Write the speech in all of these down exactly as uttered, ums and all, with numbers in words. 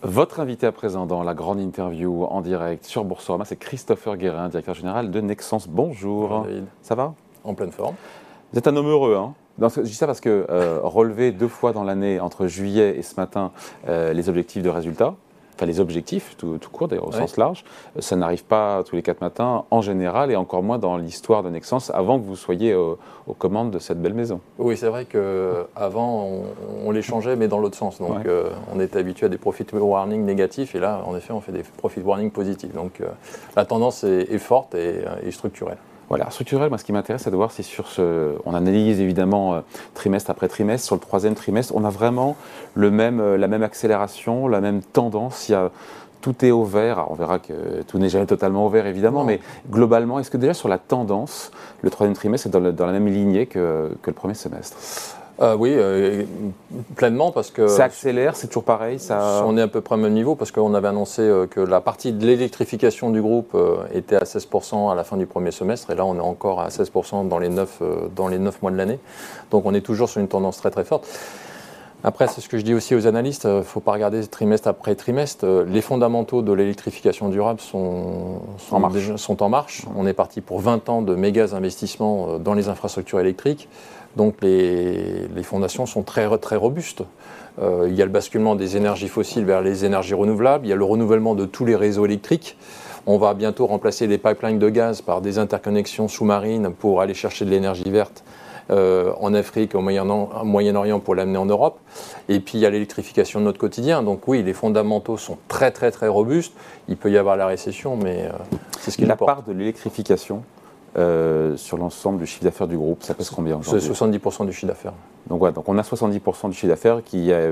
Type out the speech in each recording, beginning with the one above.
Votre invité à présent dans la grande interview en direct sur Boursorama, c'est Christopher Guérin, directeur général de Nexans. Bonjour. Bonjour David. Ça va? En pleine forme. Vous êtes un homme heureux, hein? Non, je dis ça parce que euh, relever deux fois dans l'année, entre juillet et ce matin, euh, les objectifs de résultats, enfin les objectifs tout, tout court d'ailleurs au oui. sens large, ça n'arrive pas tous les quatre matins en général et encore moins dans l'histoire de Nexans avant que vous soyez euh, aux commandes de cette belle maison. Oui, c'est vrai qu'avant on, on les changeait mais dans l'autre sens. Donc ouais. euh, on était habitué à des profit warnings négatifs et là en effet on fait des profit warnings positifs. Donc euh, la tendance est, est forte et, et structurelle. Voilà, structurel, moi ce qui m'intéresse c'est de voir si sur ce, on analyse évidemment euh, trimestre après trimestre, sur le troisième trimestre, on a vraiment le même, euh, la même accélération, la même tendance, il y a, tout est au vert, alors on verra que tout n'est jamais totalement au vert évidemment, non. mais globalement, est-ce que déjà sur la tendance, le troisième trimestre est dans, le, dans la même lignée que, que le premier semestre? Euh, oui, euh, pleinement parce que... Ça accélère, c'est toujours pareil ça... On est à peu près au même niveau parce qu'on avait annoncé euh, que la partie de l'électrification du groupe euh, était à seize pour cent à la fin du premier semestre et là on est encore à seize pour cent dans les neuf, euh, dans les neuf mois de l'année. Donc on est toujours sur une tendance très très forte. Après, c'est ce que je dis aussi aux analystes, il ne faut pas regarder trimestre après trimestre. Les fondamentaux de l'électrification durable sont, sont, en déjà, sont en marche. On est parti pour vingt ans de méga investissements dans les infrastructures électriques. Donc les, les fondations sont très, très robustes. Euh, il y a le basculement des énergies fossiles vers les énergies renouvelables. Il y a le renouvellement de tous les réseaux électriques. On va bientôt remplacer les pipelines de gaz par des interconnexions sous-marines pour aller chercher de l'énergie verte. Euh, en Afrique, au Moyen-Orient pour l'amener en Europe. Et puis il y a l'électrification de notre quotidien. Donc oui, les fondamentaux sont très très très robustes. Il peut y avoir la récession, mais euh, c'est ce qui La importe. part de l'électrification euh, sur l'ensemble du chiffre d'affaires du groupe, ça pèse combien aujourd'hui? C'est soixante-dix pour cent du chiffre d'affaires. Donc, ouais, donc on a soixante-dix pour cent du chiffre d'affaires qui est...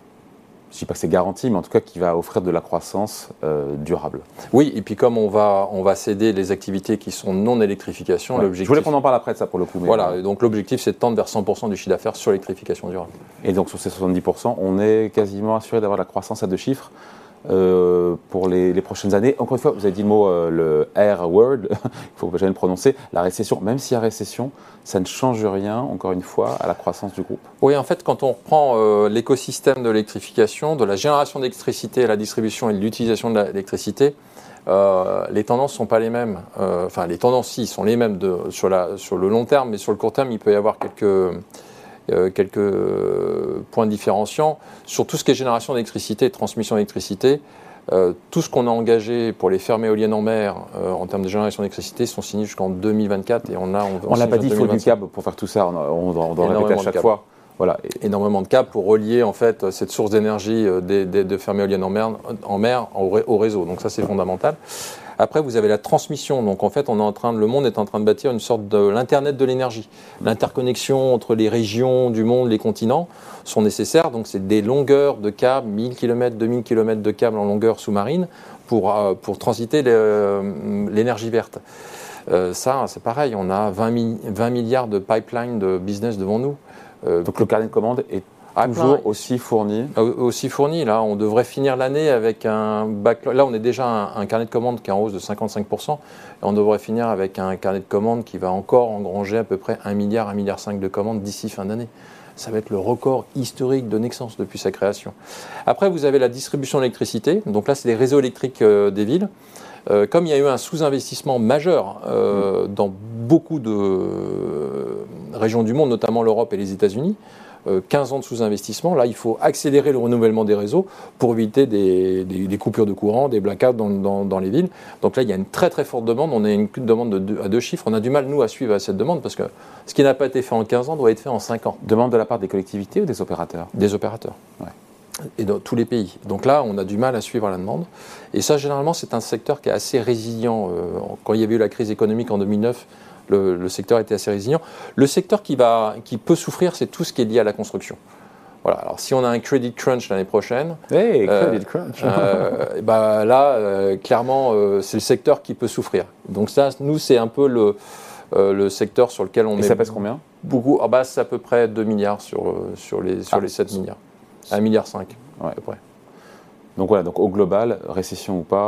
Je ne dis pas que c'est garanti, mais en tout cas qui va offrir de la croissance euh, durable. Oui, et puis comme on va, on va céder les activités qui sont non électrification, ouais. l'objectif... Je voulais qu'on en parle après de ça pour le coup. Mais voilà, euh... donc l'objectif c'est de tendre vers cent pour cent du chiffre d'affaires sur l'électrification durable. Et donc sur ces soixante-dix pour cent, on est quasiment assuré d'avoir la croissance à deux chiffres euh, pour les, les prochaines années. Encore une fois, vous avez dit le mot, euh, le R word, il faut jamais le prononcer, la récession. Même s'il y a récession, ça ne change rien, encore une fois, à la croissance du groupe. Oui, en fait, quand on reprend euh, l'écosystème de l'électrification, de la génération d'électricité à la distribution et de l'utilisation de l'électricité, euh, les tendances ne sont pas les mêmes. Euh, enfin, les tendances, si, sont les mêmes de, sur, la, sur le long terme, mais sur le court terme, il peut y avoir quelques... Euh, quelques points différenciants. Sur tout ce qui est génération d'électricité, transmission d'électricité, euh, tout ce qu'on a engagé pour les fermes éoliennes en mer euh, en termes de génération d'électricité sont signés jusqu'en deux mille vingt-quatre et on a... On ne l'a pas dit, il faut du câble pour faire tout ça, on, on, on doit répéter à chaque fois. Voilà. Énormément de câbles pour relier en fait cette source d'énergie des, des, de fermes éoliennes en mer, en mer au, au réseau. Donc ça c'est fondamental. Après, vous avez la transmission. Donc, en fait, on est en train de, le monde est en train de bâtir une sorte de l'Internet de l'énergie. L'interconnexion entre les régions du monde, les continents, sont nécessaires. Donc, c'est des longueurs de câbles, mille kilomètres, deux mille kilomètres de câbles en longueur sous-marine pour, euh, pour transiter les, euh, l'énergie verte. Euh, ça, c'est pareil. On a vingt milliards de pipelines de business devant nous. Euh, Donc, le carnet de commande est toujours plein, aussi fourni. Aussi fourni. Là, on devrait finir l'année avec un backlog. Là, on est déjà un, un carnet de commandes qui est en hausse de cinquante-cinq pour cent. Et on devrait finir avec un carnet de commandes qui va encore engranger à peu près un milliard, un virgule cinq milliard de commandes d'ici fin d'année. Ça va être le record historique de Nexans depuis sa création. Après, vous avez la distribution d'électricité. Donc là, c'est les réseaux électriques euh, des villes. Euh, comme il y a eu un sous-investissement majeur euh, mmh. dans beaucoup de euh, régions du monde, notamment l'Europe et les États-Unis, quinze ans de sous-investissement, là il faut accélérer le renouvellement des réseaux pour éviter des, des, des coupures de courant, des blackouts dans, dans, dans les villes. Donc là il y a une très très forte demande, on a une demande de deux, à deux chiffres, on a du mal nous à suivre à cette demande parce que ce qui n'a pas été fait en quinze ans doit être fait en cinq ans. Demande de la part des collectivités ou des opérateurs? Des opérateurs. Ouais. Et dans tous les pays. Donc là, on a du mal à suivre la demande. Et ça, généralement, c'est un secteur qui est assez résilient. Quand il y avait eu la crise économique en deux mille neuf, Le, le secteur était assez résilient. Le secteur qui, va, qui peut souffrir, c'est tout ce qui est lié à la construction. Voilà. Alors, si on a un credit crunch l'année prochaine, hey, euh, credit crunch. euh, bah, là, euh, clairement, euh, c'est le secteur qui peut souffrir. Donc ça, nous, c'est un peu le, euh, le secteur sur lequel on Et met... ça pèse combien? Beaucoup. Ah bah, c'est à peu près deux milliards sur, sur, les, sur ah, les sept milliards. un virgule cinq milliard, ouais. à peu près. Donc voilà, donc au global, récession ou pas,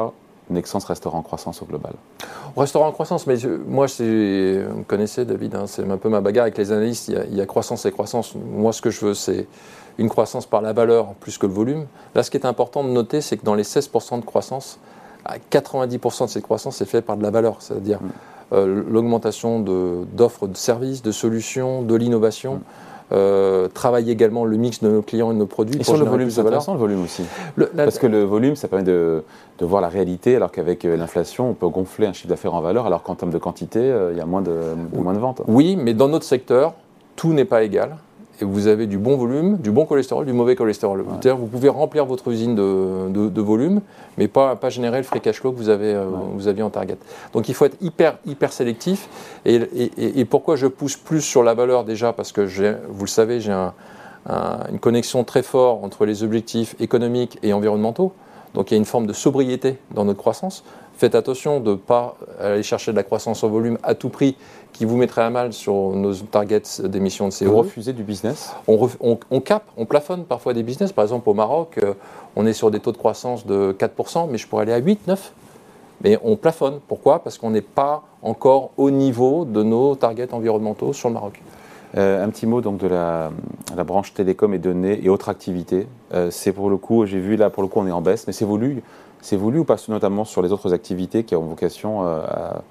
Nexans restera en croissance au global? On restera en croissance, mais je, moi, c'est, vous me connaissez David, hein, c'est un peu ma bagarre avec les analystes, il y, a, il y a croissance et croissance. Moi, ce que je veux, c'est une croissance par la valeur plus que le volume. Là, ce qui est important de noter, c'est que dans les seize pour cent de croissance, à quatre-vingt-dix pour cent de cette croissance est faite par de la valeur, c'est-à-dire mmh. euh, l'augmentation de, d'offres de services, de solutions, de l'innovation. Mmh. Euh, travailler également le mix de nos clients et de nos produits. Et sur le volume, c'est intéressant le volume aussi. Le, la, Parce que le volume, ça permet de, de voir la réalité, alors qu'avec l'inflation, on peut gonfler un chiffre d'affaires en valeur, alors qu'en termes de quantité, euh, il y a moins de, de, moins de ventes. Oui, mais dans notre secteur, tout n'est pas égal. Et vous avez du bon volume, du bon cholestérol, du mauvais cholestérol. Ouais. C'est-à-dire vous pouvez remplir votre usine de, de, de volume, mais pas, pas générer le free cash flow que vous, avez, euh, ouais. vous aviez en target. Donc il faut être hyper, hyper sélectif. Et, et, et pourquoi je pousse plus sur la valeur déjà? Parce que, j'ai, vous le savez, j'ai un, un, une connexion très forte entre les objectifs économiques et environnementaux. Donc il y a une forme de sobriété dans notre croissance. Faites attention de ne pas aller chercher de la croissance en volume à tout prix qui vous mettrait à mal sur nos targets d'émissions de C O deux. Vous refusez du business? on, ref, on, on cape, on plafonne parfois des business. Par exemple, au Maroc, euh, on est sur des taux de croissance de quatre pour cent, mais je pourrais aller à huit, neuf. Mais on plafonne. Pourquoi? Parce qu'on n'est pas encore au niveau de nos targets environnementaux sur le Maroc. Euh, un petit mot donc de la, la branche télécom et données et autres activités. Euh, c'est pour le coup, j'ai vu là, pour le coup, on est en baisse, mais c'est voulu. C'est voulu ou pas, notamment sur les autres activités qui ont vocation euh,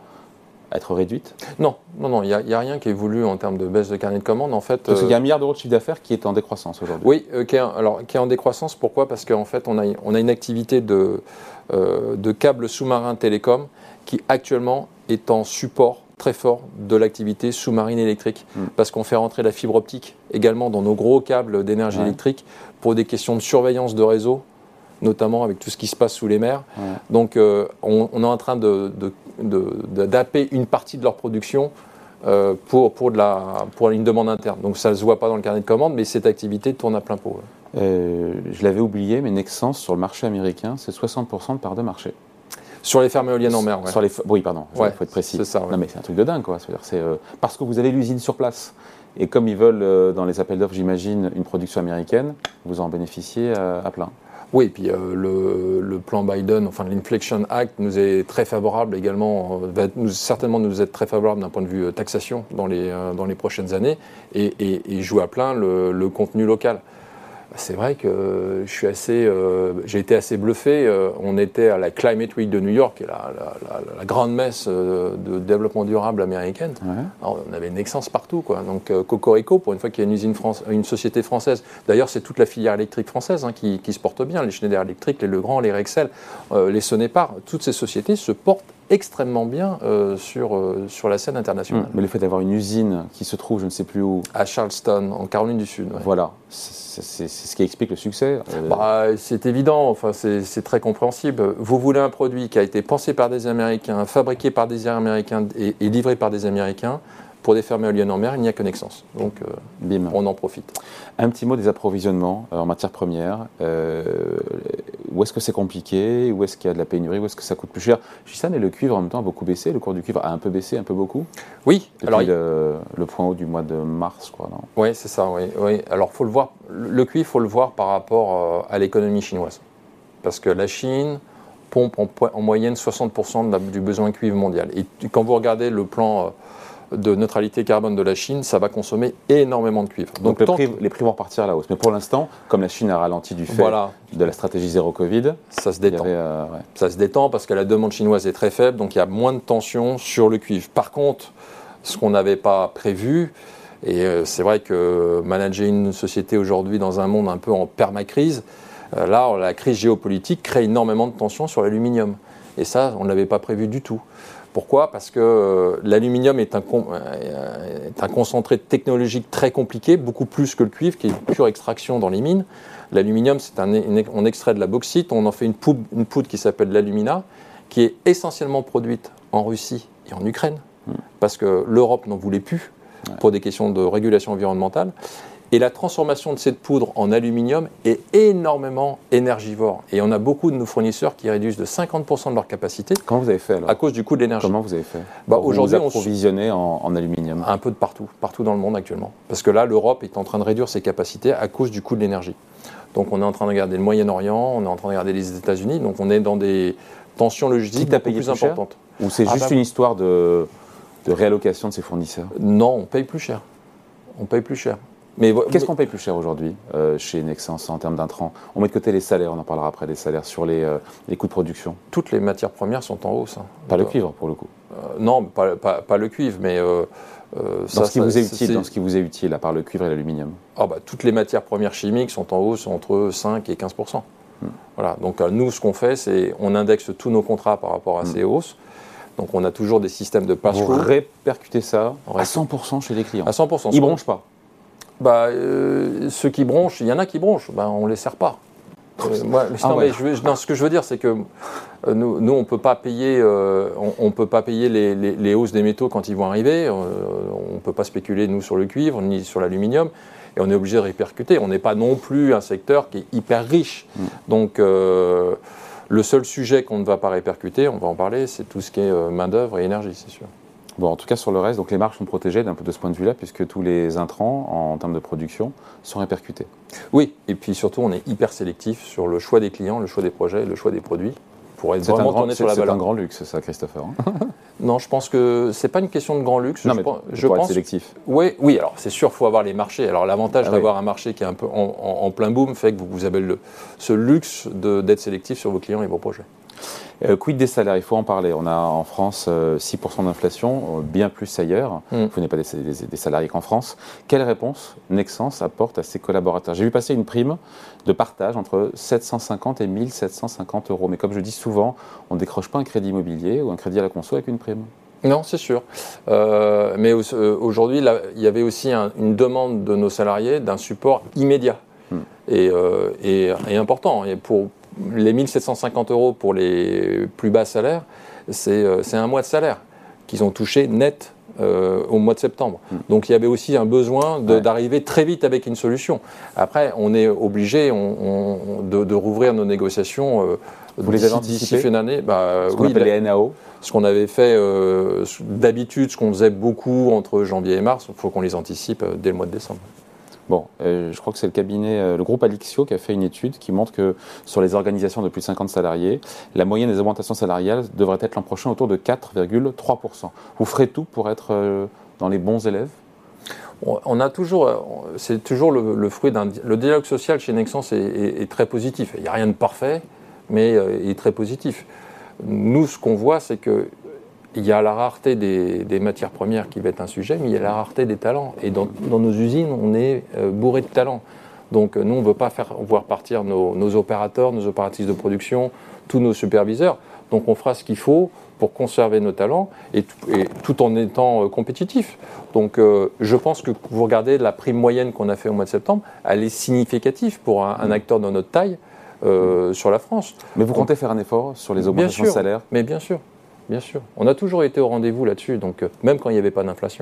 à être réduites? Non, non, non, il n'y a, a rien qui est voulu en termes de baisse de carnet de commandes. En fait, parce euh, qu'il y a un milliard d'euros de chiffre d'affaires qui est en décroissance aujourd'hui. Oui, euh, qui, est, alors, qui est en décroissance. Pourquoi? Parce qu'en fait, on a, on a une activité de, euh, de câbles sous-marins télécom qui actuellement est en support très fort de l'activité sous-marine électrique. Mmh. Parce qu'on fait rentrer la fibre optique également dans nos gros câbles d'énergie ouais. électrique pour des questions de surveillance de réseau, notamment avec tout ce qui se passe sous les mers. Ouais. Donc euh, on, on est en train de, de, de, de, d'apper une partie de leur production euh, pour, pour, de la, pour une demande interne. Donc ça ne se voit pas dans le carnet de commandes, mais cette activité tourne à plein pot. Ouais. Euh, je l'avais oublié, mais Nexans, sur le marché américain, c'est soixante pour cent de part de marché. Sur les fermes éoliennes en mer, ouais. Sur les, oui, pardon, il ouais, faut être précis. C'est ça, ouais. Non, mais c'est un truc de dingue, quoi. C'est-à-dire, c'est, euh, parce que vous avez l'usine sur place. Et comme ils veulent, euh, dans les appels d'offres, j'imagine, une production américaine, vous en bénéficiez euh, à plein. Oui, et puis euh, le, le plan Biden, enfin l'Inflation Act, nous est très favorable également, euh, va nous, certainement nous être très favorable d'un point de vue euh, taxation dans les, euh, dans les prochaines années, et, et, et joue à plein le, le contenu local. C'est vrai que je suis assez, euh, j'ai été assez bluffé. Euh, on était à la Climate Week de New York, la, la, la, la grande messe euh, de développement durable américaine. Ouais. Alors, on avait Nexans partout, quoi. Donc euh, Cocorico, pour une fois qu'il y a une usine France, une société française. D'ailleurs, c'est toute la filière électrique française hein, qui, qui se porte bien. Les Schneider Electric, les Legrand, les Rexel, euh, les Sonepar, toutes ces sociétés se portent extrêmement bien euh, sur, euh, sur la scène internationale. Mmh, mais le fait d'avoir une usine qui se trouve, je ne sais plus où... À Charleston, en Caroline du Sud. Ouais. Voilà, c'est, c'est, c'est ce qui explique le succès. Euh... Bah, c'est évident, enfin, c'est, c'est très compréhensible. Vous voulez un produit qui a été pensé par des Américains, fabriqué par des Américains et, et livré par des Américains. Pour des fermes éoliennes en mer, il n'y a que Nexans. Donc, euh, Bim. On en profite. Un petit mot des approvisionnements euh, en matières premières. Euh, où est-ce que c'est compliqué? Où est-ce qu'il y a de la pénurie? Où est-ce que ça coûte plus cher? Je dis ça, mais le cuivre en même temps a beaucoup baissé. Le cours du cuivre a un peu baissé, un peu beaucoup. Oui. Depuis alors, le, le point haut du mois de mars, je crois. Non oui, c'est ça. Oui, oui. Alors, faut le voir. Le cuivre, il faut le voir par rapport à l'économie chinoise. Parce que la Chine pompe en, en moyenne soixante pour cent de la, du besoin cuivre mondial. Et quand vous regardez le plan... Euh, de neutralité carbone de la Chine, ça va consommer énormément de cuivre. Donc, Donc le prix, les prix vont repartir à la hausse. Mais pour l'instant, comme la Chine a ralenti du fait voilà. de la stratégie zéro Covid, ça se détend. Avait, euh, ouais. Ça se détend parce que la demande chinoise est très faible, donc il y a moins de tension sur le cuivre. Par contre, ce qu'on n'avait pas prévu, et euh, c'est vrai que manager une société aujourd'hui dans un monde un peu en permacrise, euh, là, la crise géopolitique crée énormément de tension sur l'aluminium. Et ça, on ne l'avait pas prévu du tout. Pourquoi? Parce que euh, l'aluminium est un, con, euh, est un concentré technologique très compliqué, beaucoup plus que le cuivre, qui est une pure extraction dans les mines. L'aluminium, c'est un, une, on extrait de la bauxite, on en fait une poudre, une poudre qui s'appelle l'alumina, qui est essentiellement produite en Russie et en Ukraine, mmh. parce que l'Europe n'en voulait plus, ouais. pour des questions de régulation environnementale. Et la transformation de cette poudre en aluminium est énormément énergivore. Et on a beaucoup de nos fournisseurs qui réduisent de cinquante pour cent de leur capacité. Comment vous avez fait alors? À cause du coût de l'énergie. Comment vous avez fait? bah, Vous aujourd'hui, vous approvisionnez on... en, en aluminium? Un peu de partout, partout dans le monde actuellement. Parce que là, l'Europe est en train de réduire ses capacités à cause du coût de l'énergie. Donc on est en train de regarder le Moyen-Orient, on est en train de regarder les États-Unis. Donc on est dans des tension logistique beaucoup plus, plus importante. Ou c'est ah juste bah, une histoire de, de réallocation de ses fournisseurs? Non, on paye plus cher. On paye plus cher. Mais, Qu'est-ce mais... qu'on paye plus cher aujourd'hui euh, chez Nexans en termes d'intrants? On met de côté les salaires, on en parlera après, les salaires sur les, euh, les coûts de production. Toutes les matières premières sont en hausse. Hein. Pas Donc, le cuivre pour le coup euh, Non, pas, pas, pas le cuivre, mais... Euh, euh, dans, ça, ce qui vous est utile, c'est... dans ce qui vous est utile, à part le cuivre et l'aluminium. Ah bah, toutes les matières premières chimiques sont en hausse entre cinq et quinze pour cent. Hmm. Voilà. Donc euh, nous, ce qu'on fait, c'est on indexe tous nos contrats par rapport à hmm. ces hausses. Donc on a toujours des systèmes de pass-through. Vous répercutez ça à cent pour cent chez les clients? À cent pour cent. Ils ne bronchent pas? Bah, euh, ceux qui bronchent, il y en a qui bronchent, bah, on ne les sert pas. Euh, moi, mais, ah non, ouais. mais je veux, non, ce que je veux dire, c'est que euh, nous, nous, on ne peut pas payer, euh, on, on peut pas payer les, les, les hausses des métaux quand ils vont arriver. Euh, on ne peut pas spéculer, nous, sur le cuivre, ni sur l'aluminium. Et on est obligé de répercuter. On n'est pas non plus un secteur qui est hyper riche. Mm. Donc, euh, le seul sujet qu'on ne va pas répercuter, on va en parler, c'est tout ce qui est euh, main-d'œuvre et énergie, c'est sûr. Bon, en tout cas, sur le reste, donc les marges sont protégées d'un peu de ce point de vue-là, puisque tous les intrants, en, en termes de production, sont répercutés. Oui, et puis surtout, on est hyper sélectif sur le choix des clients, le choix des projets, le choix des produits, pour être c'est vraiment grand, tourné sur la valeur. C'est un grand luxe, ça, Christopher. Non, je pense que c'est pas une question de grand luxe. Non, je mais pense, pour je être pense, sélectif. Oui, oui, alors c'est sûr, il faut avoir les marchés. Alors l'avantage ah, d'avoir oui. un marché qui est un peu en, en, en plein boom fait que vous avez le, ce luxe de, d'être sélectif sur vos clients et vos projets. Euh, quid des salaires? Il faut en parler. On a en France euh, six pour cent d'inflation, euh, bien plus ailleurs. Mm. Vous n'êtes pas des, des, des salariés qu'en France. Quelle réponse Nexans apporte à ses collaborateurs? J'ai vu passer une prime de partage entre sept cent cinquante et mille sept cent cinquante euros. Mais comme je dis souvent, on ne décroche pas un crédit immobilier ou un crédit à la conso avec une prime. Non, c'est sûr. Euh, mais euh, aujourd'hui, là, il y avait aussi un, une demande de nos salariés d'un support immédiat mm. et, euh, et, et important. Et pour les mille sept cent cinquante euros pour les plus bas salaires, c'est, euh, c'est un mois de salaire qu'ils ont touché net euh, au mois de septembre. Mmh. Donc il y avait aussi un besoin de, ouais. d'arriver très vite avec une solution. Après, on est obligé on, on, de, de rouvrir nos négociations. Euh, Vous les avez anticipées une année. Bah, ce qu'on oui, appelle les N A O. Ce qu'on avait fait euh, d'habitude, ce qu'on faisait beaucoup entre janvier et mars, il faut qu'on les anticipe euh, dès le mois de décembre. Bon, euh, je crois que c'est le cabinet, euh, le groupe Alixio qui a fait une étude qui montre que sur les organisations de plus de cinquante salariés, la moyenne des augmentations salariales devrait être l'an prochain autour de quatre virgule trois pour cent. Vous ferez tout pour être euh, dans les bons élèves? On a toujours, c'est toujours le, le fruit d'un... Le dialogue social chez Nexans est, est, est très positif. Il n'y a rien de parfait, mais euh, il est très positif. Nous, ce qu'on voit, c'est que il y a la rareté des, des matières premières qui va être un sujet, mais il y a la rareté des talents. Et dans, dans nos usines, on est euh, bourré de talents. Donc nous, on ne veut pas faire voir partir nos, nos opérateurs, nos opératrices de production, tous nos superviseurs. Donc on fera ce qu'il faut pour conserver nos talents et, et tout en étant euh, compétitif. Donc euh, je pense que vous regardez la prime moyenne qu'on a fait au mois de septembre, elle est significative pour un, un acteur de notre taille euh, sur la France. Mais vous comptez on, faire un effort sur les augmentations de salaire? Mais bien sûr. Bien sûr. On a toujours été au rendez-vous là-dessus, donc euh, même quand il n'y avait pas d'inflation.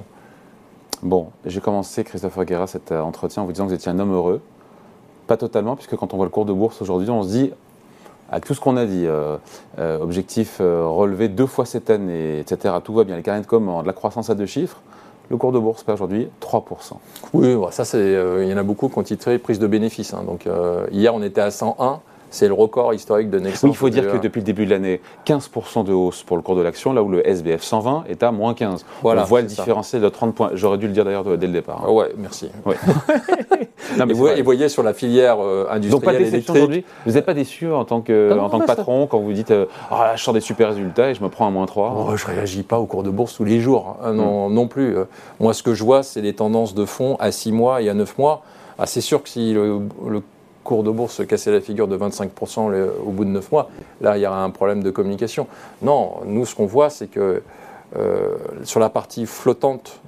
Bon, j'ai commencé, Christopher Guérin, cet euh, entretien en vous disant que vous étiez un homme heureux. Pas totalement, puisque quand on voit le cours de bourse aujourd'hui, on se dit, avec tout ce qu'on a dit, euh, euh, objectif euh, relevé deux fois cette année, et cetera, tout va bien, les carnets de commandes, la croissance à deux chiffres, le cours de bourse perd aujourd'hui trois pour cent. Oui, bah, ça, c'est, euh, il y en a beaucoup qui ont titré prise de bénéfice. Hein. Donc, euh, hier, on était à cent un. C'est le record historique de Nexans. Oui, il faut dire que depuis le début de l'année, quinze pour cent de hausse pour le cours de l'action, là où le S B F cent vingt est à moins quinze. Voilà, on voit le différentiel de trente points. J'aurais dû le dire d'ailleurs dès le départ. Hein. Ouais, merci. Ouais. non, mais et, vous, et voyez sur la filière euh, industrielle. Donc pas de déception aujourd'hui. Vous n'êtes pas déçu en tant que, non, en tant que patron ça. Quand vous dites euh, ah là, je sors des super résultats et je me prends un moins trois. Oh, je ne réagis pas au cours de bourse tous les jours. Hein. Non, mm. non plus. Moi, ce que je vois, c'est les tendances de fonds à six mois et à neuf mois. Ah, c'est sûr que si le, le cours de bourse se cassait la figure de vingt-cinq pour cent le, au bout de neuf mois, là, il y aura un problème de communication. Non, nous, ce qu'on voit, c'est que euh, sur la partie flottante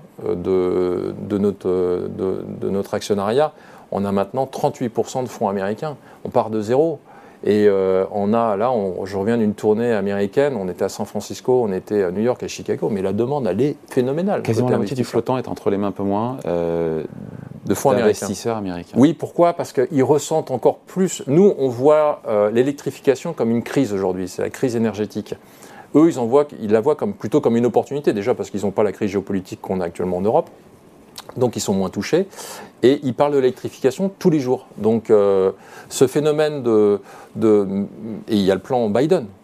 de, de, notre, de, de notre actionnariat, on a maintenant trente-huit pour cent de fonds américains. On part de zéro. Et euh, on a, là, on, je reviens d'une tournée américaine, on était à San Francisco, on était à New York et à Chicago, mais la demande, elle est phénoménale. Quasiment la moitié du flottant est entre les mains un peu moins euh, de fonds d'investisseurs américains. Oui, pourquoi? Parce qu'ils ressentent encore plus. Nous, on voit euh, l'électrification comme une crise aujourd'hui, c'est la crise énergétique. Eux, ils, en voient, ils la voient comme, plutôt comme une opportunité, déjà parce qu'ils n'ont pas la crise géopolitique qu'on a actuellement en Europe. Donc ils sont moins touchés, et ils parlent de l'électrification tous les jours. Donc euh, ce phénomène de, de... Et il y a le plan Biden,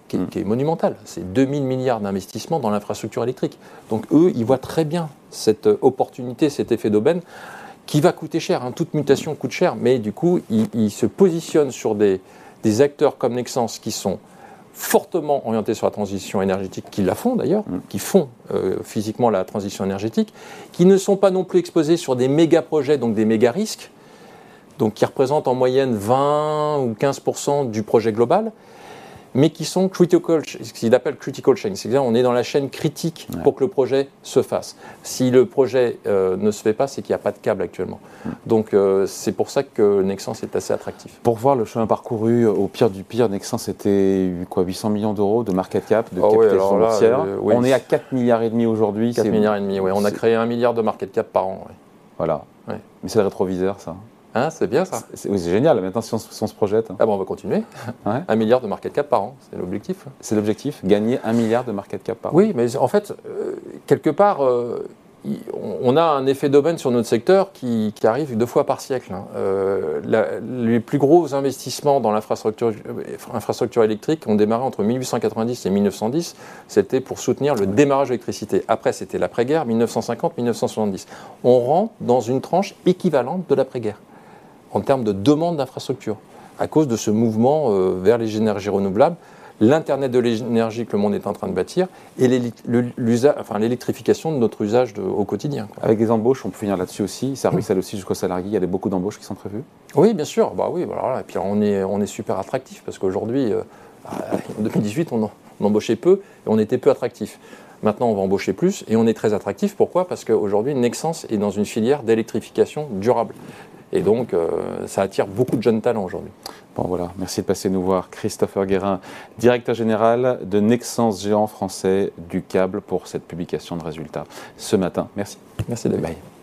qui est, mmh. qui est monumental. C'est deux mille milliards d'investissements dans l'infrastructure électrique. Donc eux, ils voient très bien cette opportunité, cet effet d'aubaine, qui va coûter cher. Hein. Toute mutation coûte cher, mais du coup, ils, ils se positionnent sur des, des acteurs comme Nexans qui sont fortement orientés sur la transition énergétique, qui la font d'ailleurs, mmh. qui font euh, physiquement la transition énergétique, qui ne sont pas non plus exposés sur des méga projets, donc des méga risques, donc qui représentent en moyenne vingt ou quinze pour cent du projet global, mais qui sont critical, ce qu'ils appellent critical chain. C'est-à-dire on est dans la chaîne critique ouais. pour que le projet se fasse. Si le projet euh, ne se fait pas, c'est qu'il n'y a pas de câble actuellement. Mm. Donc euh, c'est pour ça que Nexans est assez attractif. Pour voir le chemin parcouru, au pire du pire, Nexans c'était quoi, huit cents millions d'euros de market cap, de oh capitalisation oui, boursière. Euh, oui. On est à quatre milliards et demi aujourd'hui. quatre milliards et demi, oui. On a créé un milliard de market cap par an. Oui. Voilà. Oui. Mais c'est le rétroviseur, ça. Hein, c'est bien ça. C'est, oui, c'est génial. Maintenant, si on, si on se projette. Ah bon, on va continuer. Ouais. Un milliard de market cap par an, c'est l'objectif. C'est l'objectif, gagner un milliard de market cap par an. Oui, mais en fait, euh, quelque part, euh, on a un effet d'aubaine sur notre secteur qui, qui arrive deux fois par siècle. Hein. Euh, la, les plus gros investissements dans l'infrastructure infrastructure électrique ont démarré entre mille huit cent quatre-vingt-dix et mille neuf cent dix. C'était pour soutenir le démarrage de l'électricité. Après, c'était l'après-guerre, mille neuf cent cinquante mille neuf cent soixante-dix. On rentre dans une tranche équivalente de l'après-guerre en termes de demande d'infrastructure, à cause de ce mouvement euh, vers les énergies renouvelables, l'Internet de l'énergie que le monde est en train de bâtir, et enfin, l'électrification de notre usage de, au quotidien. Quoi. Avec des embauches, on peut finir là-dessus aussi, ça ruisselle aussi jusqu'aux salariés, il y a beaucoup d'embauches qui sont prévues? Oui, bien sûr, bah oui, voilà. Et puis on est, on est super attractif, parce qu'aujourd'hui, euh, en deux mille dix-huit, on, on embauchait peu, et on était peu attractif. Maintenant, on va embaucher plus, et on est très attractif. Pourquoi? Parce qu'aujourd'hui, Nexans est dans une filière d'électrification durable. Et donc, euh, ça attire beaucoup de jeunes talents aujourd'hui. Bon, voilà. Merci de passer nous voir. Christopher Guérin, directeur général de Nexans, géant français du câble, pour cette publication de résultats ce matin. Merci. Merci, David. Bye.